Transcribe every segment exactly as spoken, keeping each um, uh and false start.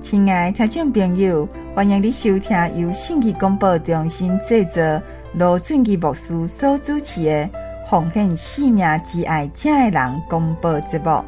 亲爱的听众朋友，欢迎你收听由信息广播中心制作、罗俊义牧师所主持的《奉献生命之爱真的人》广播节目。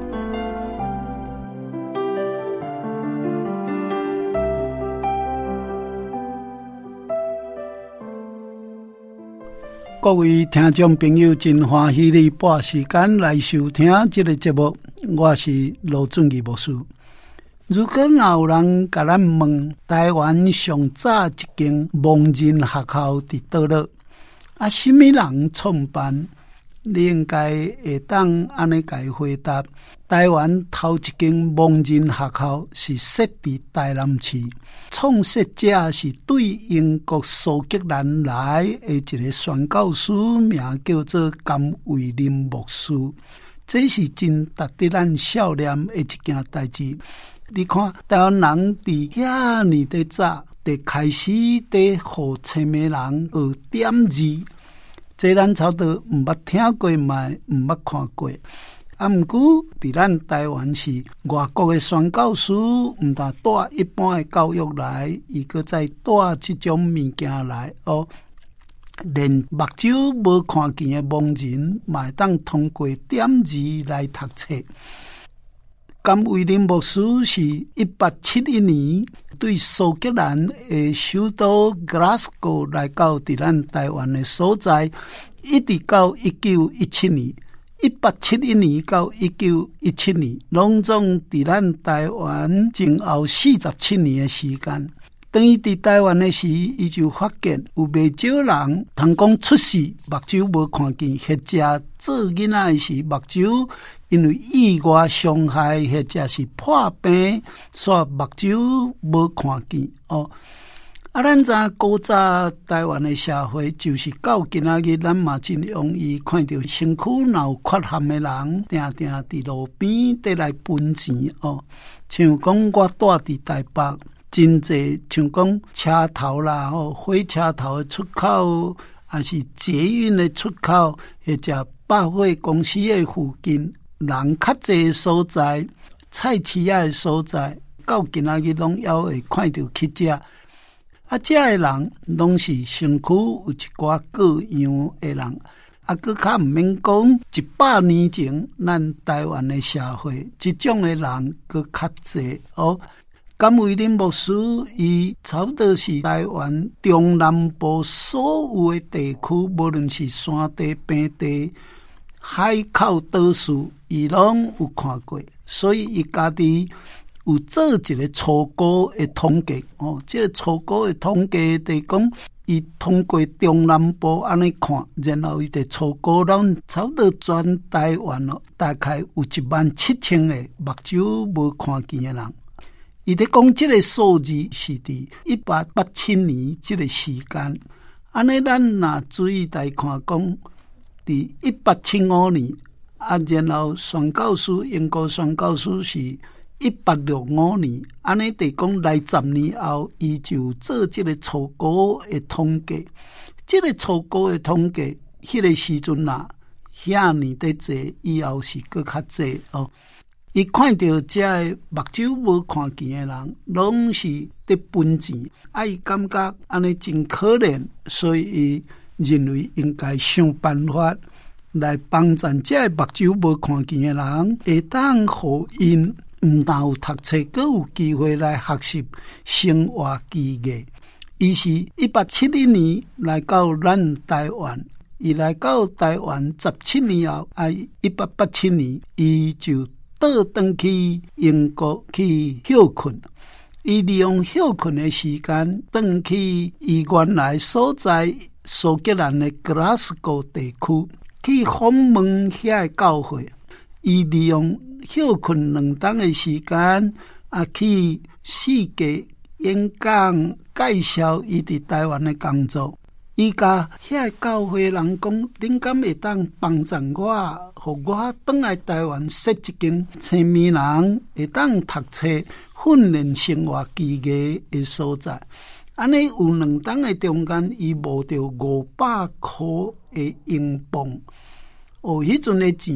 各位听众朋友，真欢喜你拨时间来收听这个节目，我是罗俊义牧师。如果有人甲咱问台湾上早一间盲人学校伫倒落，啊，什么人创办？你应该会当安尼甲伊回答：台湾头一间盲人学校是设伫台南市，创设者是对英国苏格兰来的一个宣教师，名叫做甘伟林牧师。这是真值得咱孝念的一件代志。你看，台湾人伫遐年的早，就开始伫互青美人学点字，这咱差不多毋捌听过，嘛毋捌看过。啊，毋过伫咱台湾是外国的宣教师，毋但带一般的教育来，伊搁再带即种物件来哦。连目睭无看见的盲人，嘛会当通过点字来读册。甘伟林牧师是一八七一年对苏格兰的首都 Glasgow 来到伫咱台湾的所在，一直到一九一七年，一八七一年到一九一七年，拢总伫咱台湾前后四十七年的时间。当伊伫台湾的时，伊就发现有袂少人，通讲出世目睭无看见，或者做囡仔的时目睭因为意外伤害，或者是破病，所以目睭无看见哦。啊，咱知古早台湾的社会，就是到今仔日，咱嘛真容易看到身躯若有缺陷的人，定定伫路边得来分钱哦。像讲我住伫台北。真济像讲车头啦，吼火车头的出口，还是捷运的出口，或者百货公司的附近，人较济的所在，菜市仔的所在，到今仔日拢还会看到去遮。啊，遮的人拢是身躯有一寡各样的人，啊，搁较毋免讲一百年前咱台湾的社会，即种的人搁较济哦。甘伟林牧师，伊差不多是台湾中南部所有的地区，无论是山地、平地、海口、岛屿，伊拢有看过，所以伊家己有做一个初步的统计。哦，这个初步的统计就是讲，伊通过中南部安尼看，然后伊就初步咱差不多全台湾哦，大概有一万七千个目睭无看见的人。伊咧讲，这个数字是伫一八八七年这个时间。安尼，咱若注意来看，讲伫一八七五年，啊，然后宣教师英国宣教师是一八六五年。安尼，得讲来十年后，伊就做这个初步的统计。这个初步的统计，迄个时阵啊，遐年得济，以后是搁较济哦。伊看到这目睭无看见的人，拢是伫分钱，啊，伊感觉安尼真可怜，所以伊认为应该想办法来帮助这目睭无看见的人，会当互因毋但有读册，阁有机会来学习生活技艺。伊是一八七一年来到咱台湾，伊来到台湾十七年后，啊，一八八七年，伊就倒转去英国去休困，伊利用休困的时间，转去伊原来所在苏格兰的格拉斯哥地区去访问遐教会。伊利用休困两冬的时间，啊，去世界演讲，介绍伊伫台湾的工作。伊甲遐教会人讲，恁敢会当帮助我，互我转来台湾设一间青年人会当读册、训练生活技艺的所在。安尼有两冬的中间，伊募到五百块的英镑。哦，迄阵的钱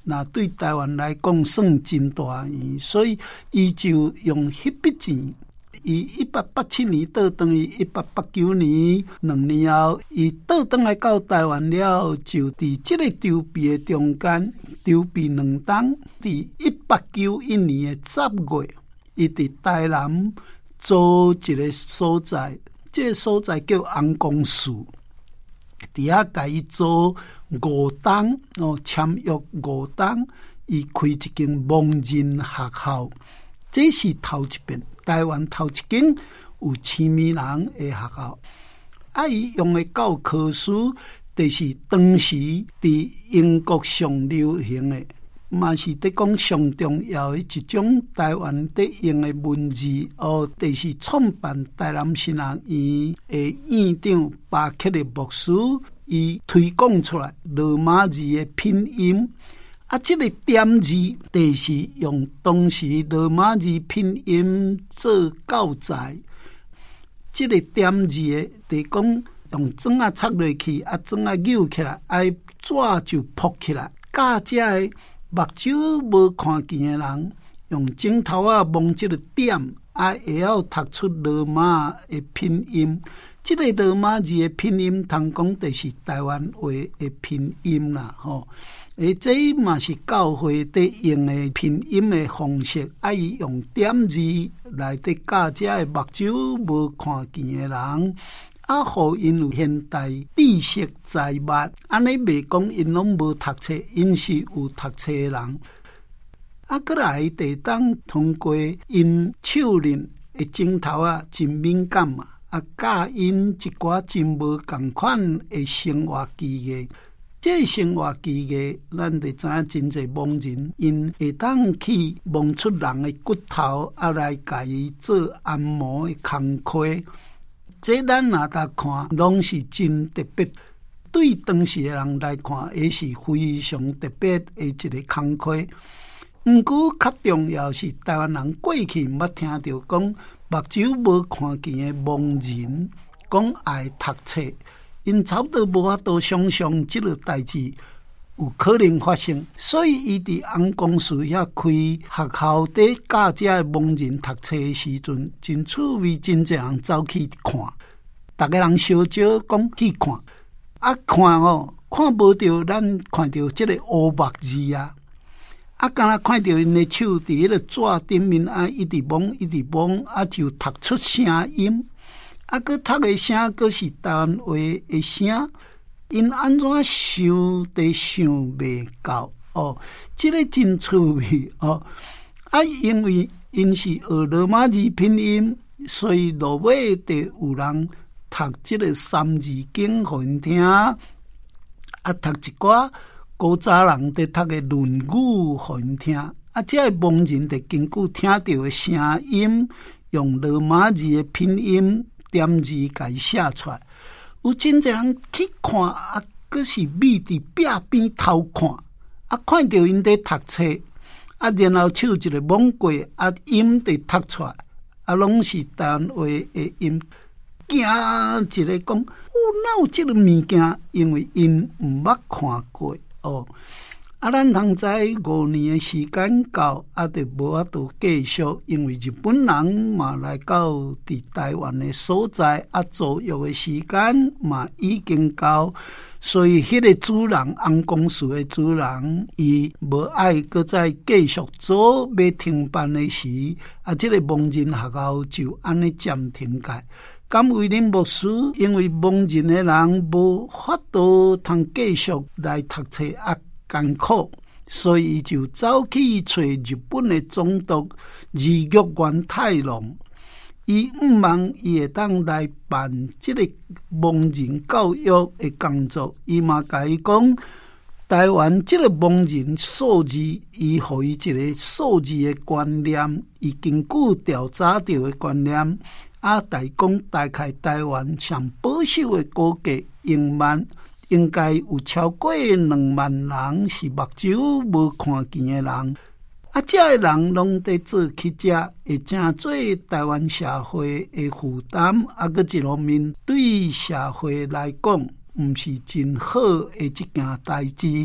那对台湾来讲算真大圆，所以伊就用迄笔钱。伊一八八七年倒转于一八八九年两年后，伊倒转来到台湾了，就伫即个筹备的中间，筹备两冬，伫一八九一年的十月，伊伫台南租一个所在，这个所在叫安公寺，伫遐甲伊租五冬哦，签约五冬，伊开一间盲人学校，这是头一遍。台湾头一间有青面人的学校，啊，伊用的教科书，就是当时伫英国上流行的，嘛是伫讲上重要的一种台湾伫用的文字哦，就是创办台南新学院的院长巴克的牧师，伊推广出来罗马字的拼音。啊，这个点字就是用当时罗马字拼音做教材。这个点字的，就是讲用针啊插落去，啊针啊扭起来，啊纸就扑起来。教这的目睭无看见的人，用镜头啊望这个点，啊会晓读出罗马的拼音。这个罗马字的拼音，通讲就是台湾话的拼音啦，吼。诶，这嘛是教会伫用的拼音的方式，啊，伊用点字来伫教这的目睭无看见的人，啊，互因有现代知识财物，安尼袂讲因拢无读册，因是有读册的人。啊，过来地当通过因手人的镜头啊，真敏感嘛，啊，教因一寡真无共款的生活技艺。这生活技艺，咱就知影真侪盲人，因会当去摸出人的骨头，啊来甲伊做按摩的工课。这咱若搭看，拢是真特别。对当时的人来看，也是非常特别的一个工课。毋过，较重要是台湾人过去毋捌听到讲目睭无看见的盲人讲爱读册。因差不多无法度想象即个代志有可能发生，所以伊伫安公寺遐开学校底教这个盲人读册的时阵，真趣味，真侪人走去看，逐个人烧招讲去看，啊看哦，看无到咱看到即个乌目字啊，啊敢若看到因的手伫迄个纸顶面啊，一直摸一直摸，啊就读出声音。啊，佮读的声，佮是台湾话的声，因安怎想都想袂到哦。这个真趣味哦。啊，因为因是学罗马字拼音，所以落尾就有人读这个三字经互因听，啊，读一寡古早人在读的论语互因听。啊，这个盲人就根据听到的声音，用罗马字的拼音。点字甲伊写出来，有真侪人去看，啊，佫是秘伫壁边偷看，啊，看到因在读册，啊，然后手一个摸过，啊，音得读出来，啊，拢是台湾话的音，惊一个讲，哦，哪有即个物件？因为因毋捌看过哦。啊，咱通知五年的时间到，啊，就无法度继续，因为日本人嘛来到伫台湾的所在，啊，租约的时间嘛已经到，所以迄个主人安公寺的主人，伊无爱搁再继续做要停办的时，啊，这个盲人学校就安尼暂停开。甘为恁牧师，因为盲人的人无法度通继续来读册啊。艰苦，所以就走去找日本的总督二玉源太郎，伊毋望伊会当来办即个盲人教育的工作，伊嘛甲伊讲，台湾即个盲人数字，伊互伊一个数字的观念，伊根据调查到的观念，啊，大讲大概台湾上保守的估计，英万。应该有超过两万人是目睭无看见的人，啊，这个人拢在做去遮，会真做台湾社会的负担，啊，佮一方面对社会来讲，毋是真好的一件代志。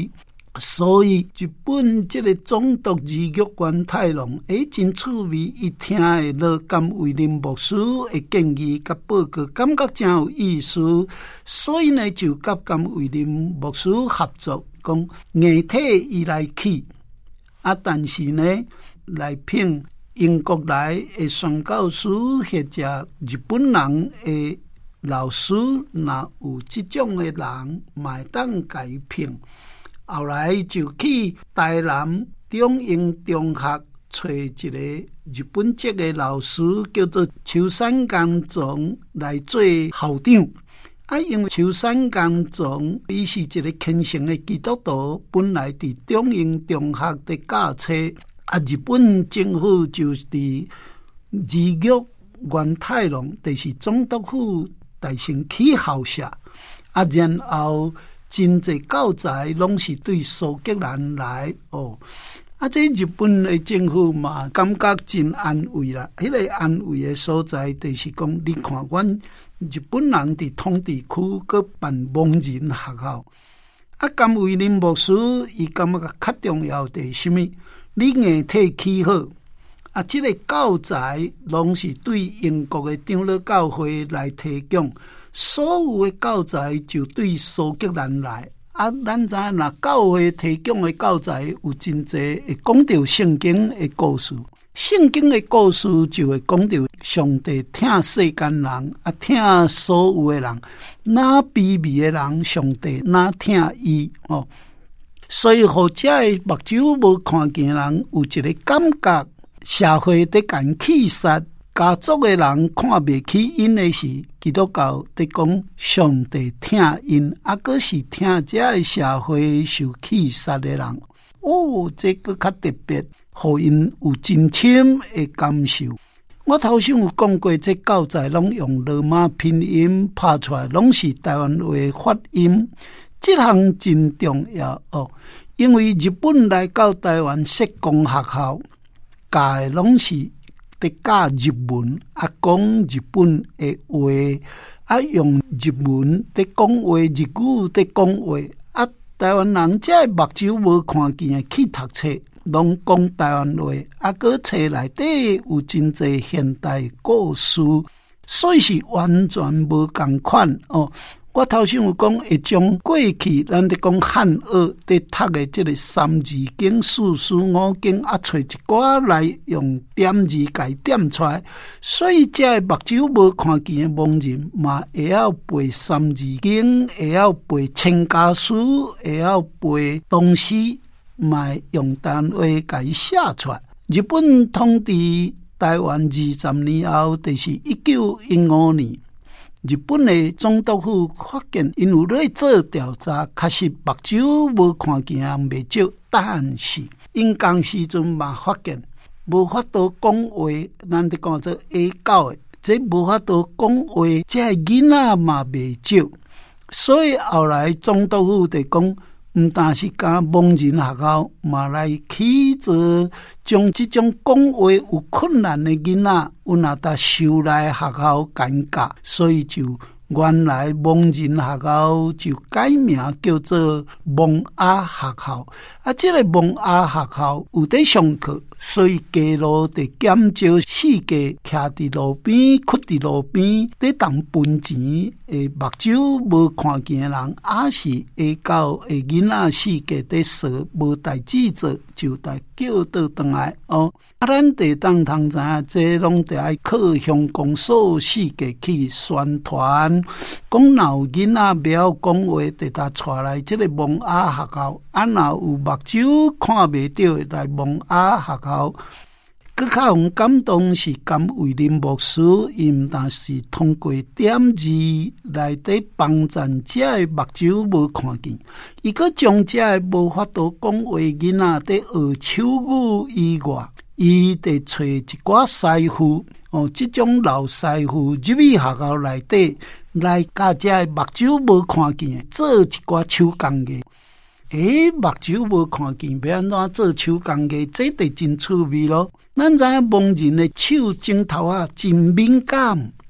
所以日本这个总督二玉源太郎诶真趣味，伊听的罗甘威林牧师的建议甲报告，感觉真有意思，所以呢就甲甘威林牧师合作，讲硬体伊来起，啊，但是呢来聘英国来的宣教师或者日本人的老师，若有这种的人，嘛当改聘。后来就去台南中英中学找一个日本籍的老师，叫做秋山刚总来做校长。啊，因为秋山刚总伊是一个虔诚的基督徒，本来伫中英中学的教册，啊，日本政府就是伫二玉源太郎，就是总督府大城起校舍，啊，然后。真侪教材拢是对苏格兰来哦，啊！这日本的政府嘛，感觉真安慰啦。迄、那个安慰的所在，就是讲，你看，阮日本人伫统治区佮办蒙人学校，啊，甘威林牧师伊感觉较重要的是什么？你硬体起好，啊，这个教材拢是对英国的长老教会来提供。所有的教材就对苏格兰来，啊，咱知影若教会提供的教材有真侪会讲到圣经的故事，圣经的故事就会讲到上帝听世间人，啊，听所有的人，哪卑微的人，上帝哪听伊哦。所以，或者目睭无看见人有一个感觉，社会在干气杀。家族的人看袂起因的是基督教在讲上帝听因，啊，阁是听这个社会受气杀的人。哦，这个较特别，互因有真深的感受。我头先有讲过，这教材拢用罗马拼音拍出来，拢是台湾话发音，这项真重要哦。因为日本来到台湾设公学校，教的拢是。得教日文，啊，讲日本的话，啊，用日文得讲话，日语得讲话，啊，台湾人这目睭无看见去读册，拢讲台湾话，啊，个册内底有真侪现代故事，所以是完全无共款哦。我头先有讲，会将过去咱咧讲汉学咧读的这个三字经、四书五经啊，找一寡来用点字改点出来。所以这目睭无看见的盲人嘛，会晓背三字经，会晓背千家书，会晓背唐诗，嘛用单话改写出来。日本统治台湾二十年后，就是一九一五年。日本的总督府发现，因有咧做调查，确实目睭无看见人袂少，但是因当时阵嘛发现无法度讲话，咱哋讲做 A 九的，这无法度讲话，这囡仔嘛袂少，所以后来总督府就讲，唔但是教盲人学校，嘛来起做将这种讲话有困难的囡仔，有哪搭收来学校间教，所以就原来盲人学校就改名叫做盲哑学校。啊，这个盲哑学校有在上课，所以街路得减少四界徛伫路边、屈伫路边，在当分钱诶，目睭无看见的人，也是会到诶囡仔四界在说无代志做，就得叫倒转来哦。啊，咱得当通知影，这拢得爱靠乡公所四界去宣传，讲若有囡仔袂晓讲话，得他带来这个盲哑学校。啊，若有目睭看袂到来盲哑学校。更较互感动是甘威林牧师，伊毋但是通过点字来底帮助这个目睭无看见，伊阁将这个无法度讲话囡仔在学手语以外，伊得找一寡师傅哦，这种老师傅入去学校内底来教这个目睭无看见做一寡手工艺。诶，目睭无看见，要安怎做手工艺？这得真趣味咯。咱知影盲人的手指头啊，真敏感，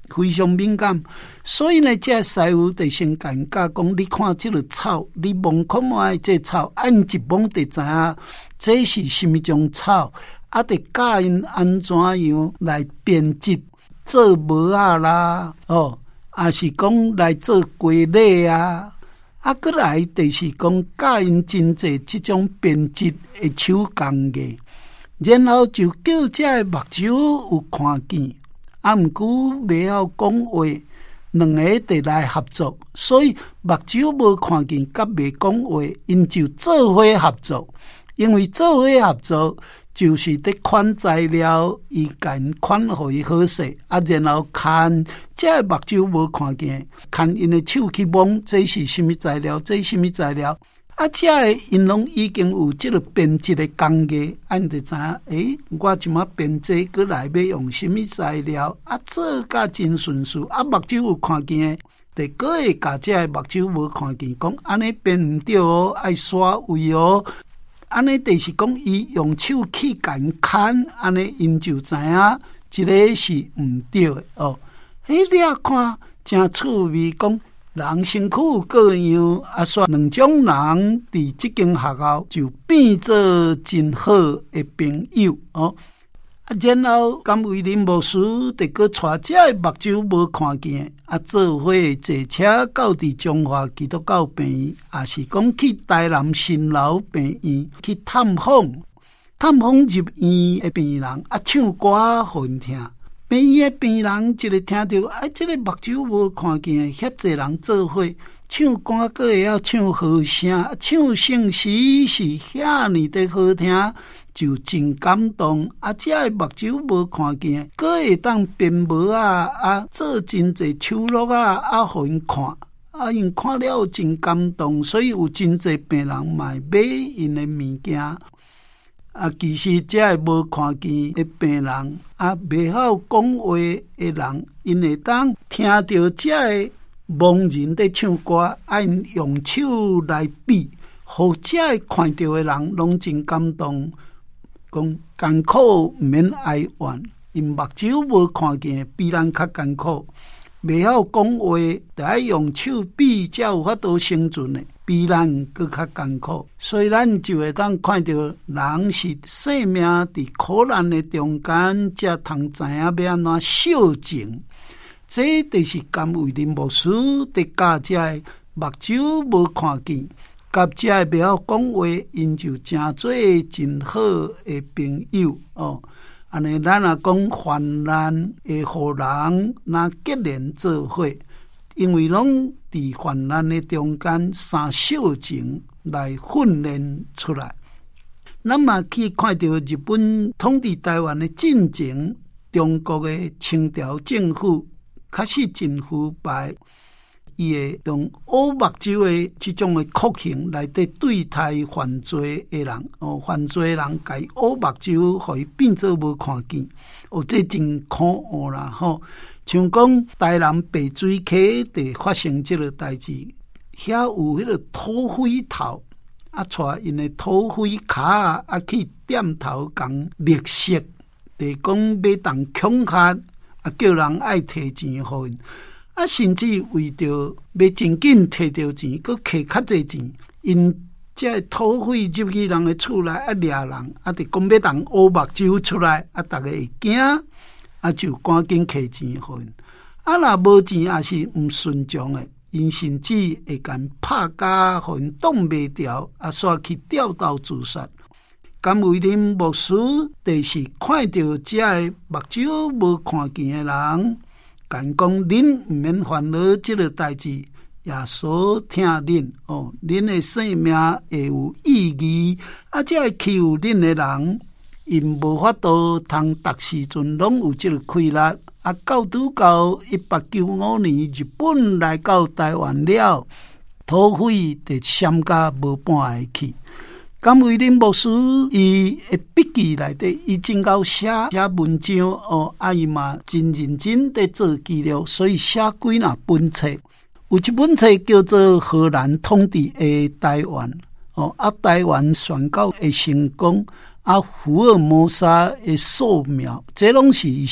非常敏感，所以呢，这师傅就先讲讲讲，你看这个草，你摸看摸这草，按一摸就知影这是什么种草，啊，得教因安怎样来编织做帽啊啦，哦，也是讲来做龟类啊，啊，过来就是讲教因真济这种编织的手工艺，然后就叫这目睭有看见。啊，毋过袂晓讲话，两个得来合作，所以目睭无看见，甲袂讲话，因就做伙合作。因为做伙合作，就是伫款材料，伊甲因款互伊好势，啊，然后看这目睭无看见，看因的手去摸，这是什么材料？这是什么材料？啊，这个因拢已经有这个编织的工艺，按就知影，诶，我即马编织过来要用什么材料？啊，做甲真顺序，啊，目睭有看见的，第个会甲这个目睭无看见，讲安尼编毋对哦，爱刷位哦，安尼就是讲伊用手去干看，安尼因就知影，这个是毋对的哦。迄你啊看真趣味，讲。人身躯有各样，啊，煞两种人伫即间学校就变做真好的朋友哦。啊，然后甘为林牧师得个带这目睭无看见，啊，做伙坐车到伫中华基督教病院，也是讲去台南新楼病院去探访，探访入院的病人，啊，唱歌互因听。病院的病人一个听到，哎，这个目睭无看见，遐济人做伙唱歌，个会晓唱好声，唱圣诗是遐尼的好听，就真感动。啊，这个目睭无看见，个会当编帽啊，啊，做真济手乐啊，啊，互因看，啊，因看了真感动，所以有真济病人买买因的物件。啊，其实这个无看见的病人，啊，袂晓讲话的人，因会当听到这个盲人在唱歌，啊，因用手来比，互这个看到的人拢真感动。讲艰苦毋免哀怨，因目睭无看见，比咱较艰苦。袂晓讲话，得爱用手比，才有法度生存的。比咱更较艰苦，所以咱就会当看到人是生命伫苦难的中间，才通知影要安怎孝敬。这就是甘为林牧师伫教这个目睭无看见，甲这个袂晓讲话，因就真做真好的朋友哦。安尼咱若讲患难会互人若结连做伙。因为拢伫患难的中间，三小情来训练出来。咱嘛去看到日本统治台湾的进程，中国的清朝政府确实真腐败，伊会用乌目睭的这种的酷刑来对对待犯罪的人。哦，犯罪的人改乌目睭，互伊变做无看见。哦，这真可恶啦！吼。像讲台南白水溪地发生这个代志，遐有迄个土匪头，啊，带因的土匪卡啊，啊去点头讲劣色，地讲要当恐吓，啊叫人爱提钱互因，啊甚至为着要真紧摕到钱，佮摕较济钱，因这土匪入去人的厝内啊掠人，啊得讲要当乌目睭出来，啊大家会惊。啊，就赶紧摕钱互因，啊，若无钱也是毋顺从的，因甚至会甲拍假，互因挡袂牢，啊，煞去吊刀自杀。甘为林牧师就是看到这个目睭无看见的人，甲讲恁毋免烦恼这个代志，耶稣听恁哦，恁的生命会有意义，啊，这个欺负恁的人。因无法度通逐时阵拢有这个开力，啊，到拄到一八九五年日本来到台湾了，土匪就闪甲无半会去。甘为林牧师伊的笔记内底，伊真够写写文章哦，啊伊嘛真认真在做记录，所以写几若本册。有一本册叫做《荷兰统治的台湾》哦，啊台湾宣告的成功。啊，福尔摩沙的素描，这拢是伊写。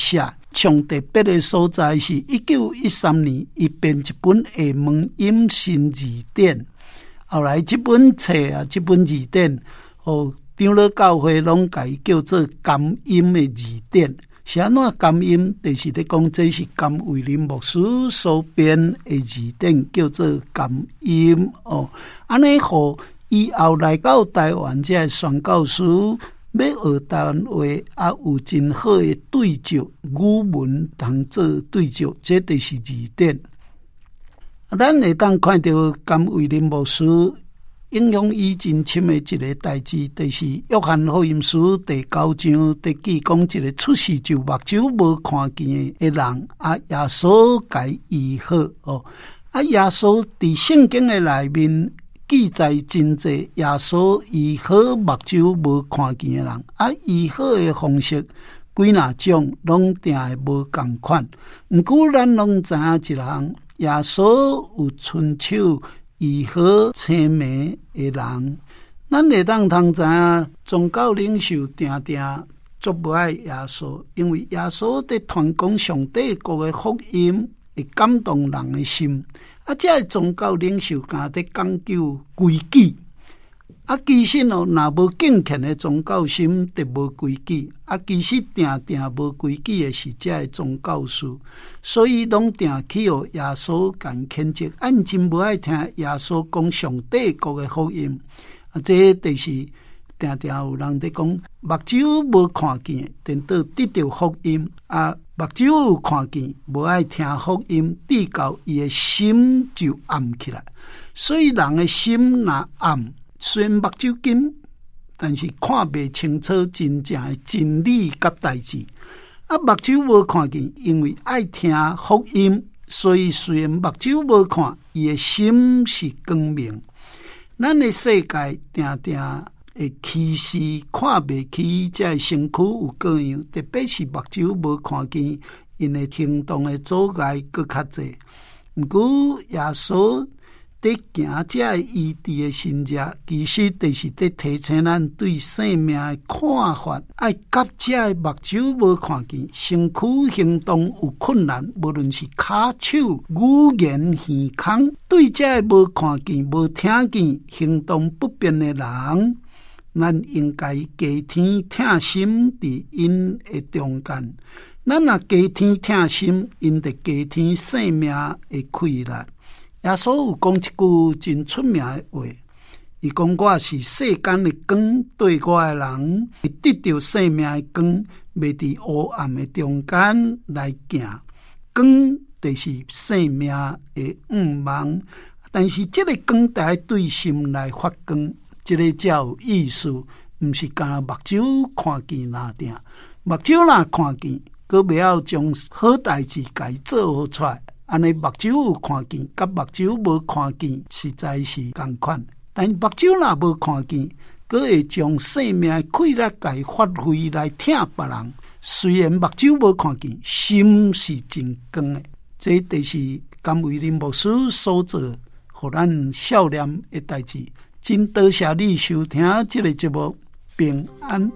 上特别的所在是一九一三年，伊编一本下门饮新字典。后来这本册啊，这本字典，哦，长老教会拢改叫做甘音的字典。是安怎甘音？就是咧讲，这是甘伟林牧师所编的字典，叫做甘音哦。安尼好，以后来到台湾，这宣教师要学台湾话，也有真好的对照语文当做对照，这就是字典。咱会当看到甘伟林牧师影响伊真深的一个代志，就是约翰福音书第九章第记讲一个出世就目睭无看见的人，啊，耶稣该医好哦。啊，耶稣伫圣经的内面记载真济，耶稣医好目睭无看见的人，啊，医好的方式几哪种拢定会无共款。毋过咱拢知影一项，耶稣有伸手医好青眉的人，咱会当通知影，宗教领袖定定足不爱耶稣，因为耶稣在传讲上帝国的福音，会感动人的心。啊，这宗教领袖敢在讲究规矩，啊，其实哦，若无敬虔的宗教心，就无规矩。啊，其实定定无规矩的是这宗教师，所以拢定去互耶稣干谴责。俺真无爱听耶稣讲上帝国的福音，啊，这就是定定有人在讲目睭无看见，等到得到福音啊，目睭有看见，无爱听福音，直到伊的心就暗起来。所以人的心若暗，虽然目睭金，但是看不清楚真正的真理甲代志。啊，目睭无看见，因为爱听福音，所以虽然目睭无看，伊的心是光明。咱的世界定定会歧视看不起这身躯有各样，特别是目睭无看见，因的行动的阻碍搁较济。毋过耶稣在行这医治的神迹，其实就是在提醒咱对生命的看法，爱甲这目睭无看见，身躯行动有困难，无论是骹手、语言、耳孔，对这无看见、无听见、行动不便的人，咱应该加添疼心伫因的中间。咱若加添疼心，因就加添生命的快乐。耶稣有讲一句真出名的话，伊讲我是世间的光，对我的人会得到生命的光，袂伫黑暗的中间来行。光就是生命的光芒，但是这个光得对心来发光，这个才有意思，毋是干目睭看见那定，目睭若看见，佮袂晓将好代志家做好出来。安尼目睭有看见，甲目睭无看见实在是同款。但目睭若无看见，佮会将生命的快乐家发挥来听别人。虽然目睭无看见，心是真光的。这就是甘伟林牧师所做，互咱少年的代志。真多谢你收听这个节目，平安。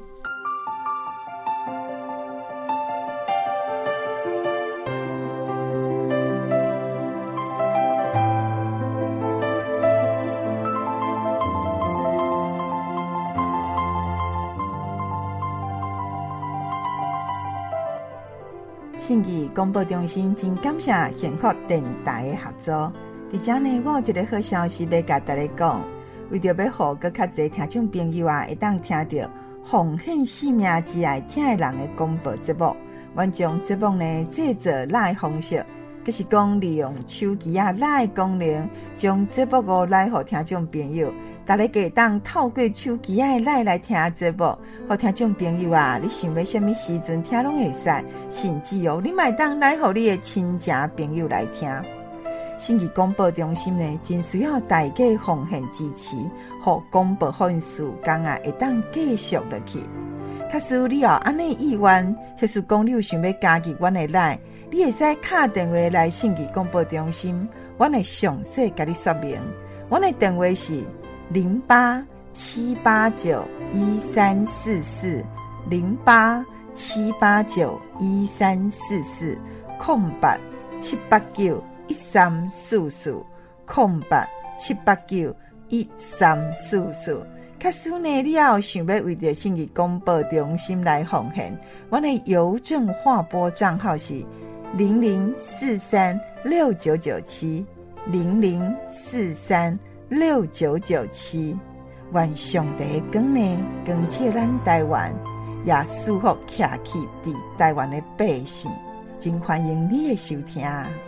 信义广播中心真感谢幸福电台的合作。伫遮呢，我有一个好消息要甲大家讲，为着要互搁较侪听众朋友啊，会当听到奉献性命之爱这个人的广播节目。阮将节目呢制作来方式，就是讲利用手机啊来功能，将节目个来互听众朋友。大家可以当透过手机啊来来听节目，互听众朋友啊，你想要什么时阵听拢会使，甚至哦，你嘛当来互你的亲戚朋友来听。信义广播中心呢，真需要大家奉献支持，互广播好事工啊会当继续落去。假使你有安尼意愿，或是讲你有想要加入阮的来，你会使打电话来信义广播中心，阮会详细甲你说明。阮的电话是零八七八九一三四四零八七八九一三四四空八七八九一三四四空八七八九一三四四。假使呢，你要想要为着信义广播中心来奉献，我的邮政划拨账号是零零四三六九九七零零四三六九九七。愿上帝光呢，光照咱台湾，也祝福徛起伫台湾的百姓。真欢迎你的收听。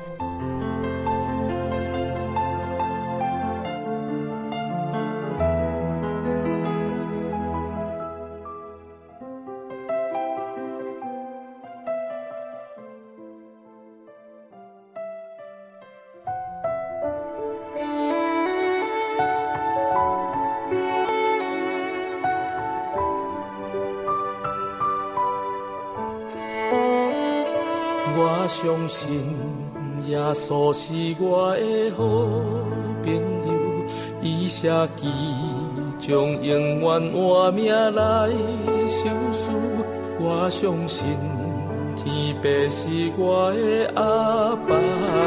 我相信耶稣是我的好朋友，伊舍己将永远活命来受死。我相信天父是我的阿爸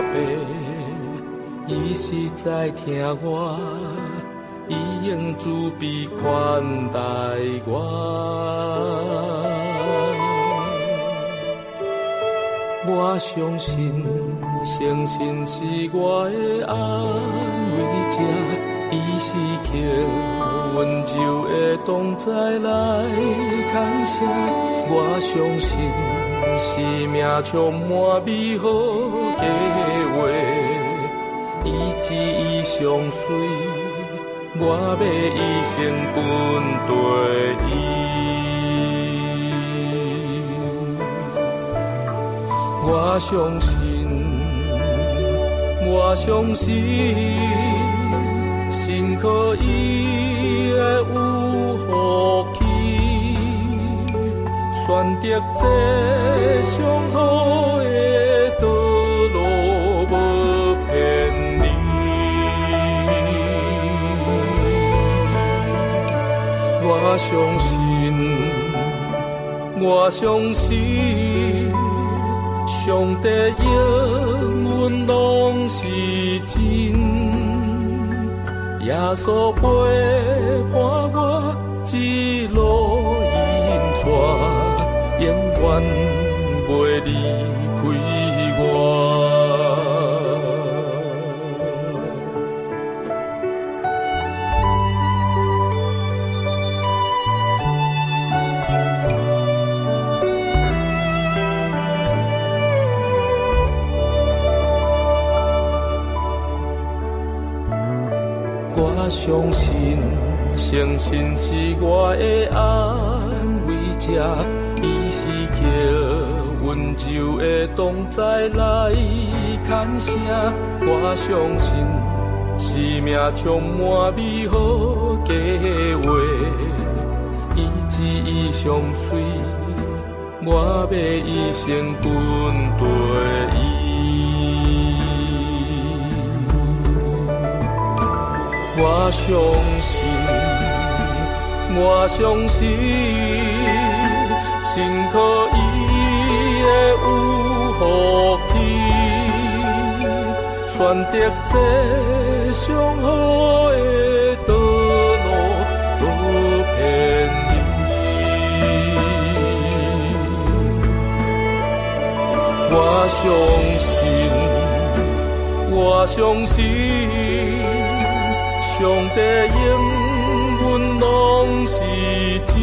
爸，伊是在听我，伊用慈悲款待我。我相信圣神是我的安慰者，伊是靠温柔的同在来牵扯。我相信生命充满美好计划，伊旨意相随，我要一生跟对伊。我相信，我相信，心靠伊的有福气，选择这上好的道路，无偏离。我相信，我相信。上帝应允拢是真，耶稣陪伴我一路引带，永远袂离开我。我相信圣神是我的安慰者，伊是靠温柔的同在来牵扯。我相信生命充满美好计划，伊旨意相随，我要一生跟对伊。我相信，我相信，心靠伊的有福气，选择这上好的道路，无偏离。我相信，我相信。上帝应允拢是真，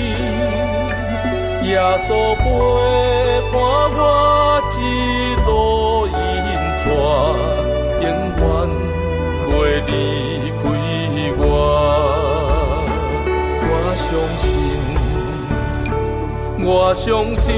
耶稣陪伴我一路引带，永远袂离开我。我相信，我相信，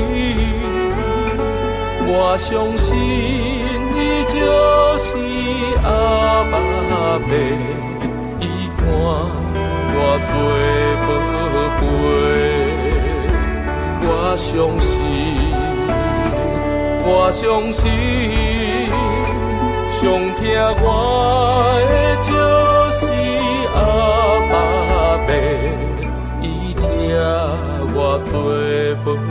我相信，伊就是阿爸爸。看我做宝贝，我相信，我相信，上疼我的就是阿爸爸，伊疼我做宝